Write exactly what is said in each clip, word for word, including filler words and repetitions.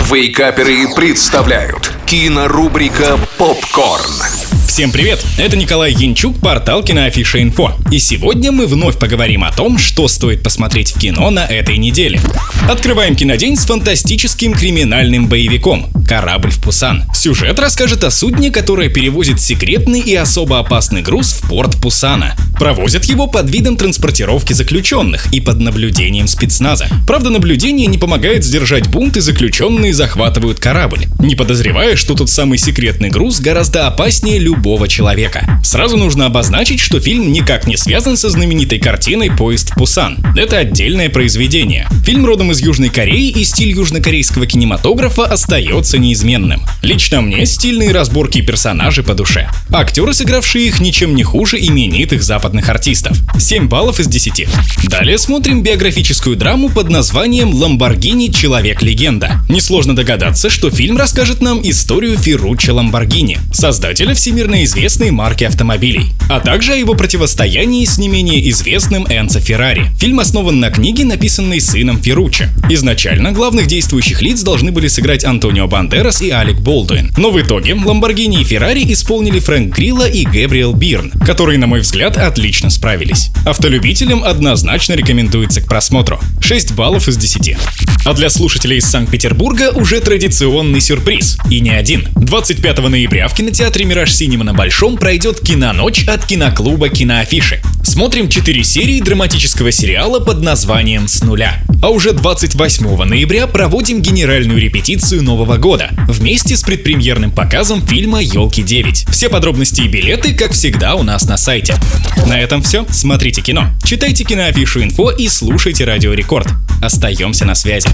Вейкаперы представляют кинорубрика «Попкорн». Всем привет! Это Николай Янчук, портал Киноафиша Инфо. И сегодня мы вновь поговорим о том, что стоит посмотреть в кино на этой неделе. Открываем кинодень с фантастическим криминальным боевиком «Корабль в Пусан». Сюжет расскажет о судне, которое перевозит секретный и особо опасный груз в порт Пусана. Провозят его под видом транспортировки заключенных и под наблюдением спецназа. Правда, наблюдение не помогает сдержать бунт, и заключенные захватывают корабль, не подозревая, что тот самый секретный груз гораздо опаснее любого человека. Сразу нужно обозначить, что фильм никак не связан со знаменитой картиной «Поезд в Пусан». Это отдельное произведение. Фильм родом из Южной Кореи, и стиль южнокорейского кинематографа остается неизменным. Лично мне стильные разборки персонажей по душе. Актеры, сыгравшие их, ничем не хуже именитых западных артистов. семь баллов из десяти. Далее смотрим биографическую драму под названием «Ламборгини. Человек-легенда». Несложно догадаться, что фильм расскажет нам историю Ферруччо Ламборгини, создателя всемирно известной марки автомобилей, а также о его противостоянии с не менее известным Энцо Феррари. Фильм основан на книге, написанной сыном Ферруччо. Изначально главных действующих лиц должны были сыграть Антонио Бандерас и Алек Болдуин, но в итоге Ламборгини и Феррари исполнили Фрэнк Грилла и Гэбриэл Бирн, которые, на мой взгляд, отлично справились. Автолюбителям однозначно рекомендуется к просмотру. шесть баллов из десяти. А для слушателей из Санкт-Петербурга уже традиционный сюрприз. И не один. двадцать пятого ноября в кинотеатре «Мираж Синема» на Большом пройдет киноночь от киноклуба «Киноафиши». Смотрим четыре серии драматического сериала под названием «С нуля». А уже двадцать восьмого ноября проводим генеральную репетицию Нового года вместе с предпремьерным показом фильма «Елки девять». Все подробности и билеты, как всегда, у нас на сайте. На этом все. Смотрите кино, читайте Киноафишу Инфо и слушайте Радио Рекорд. Остаемся на связи.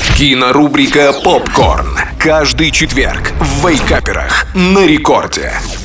Кинорубрика «Попкорн». Каждый четверг в Вейкаперах на Рекорде.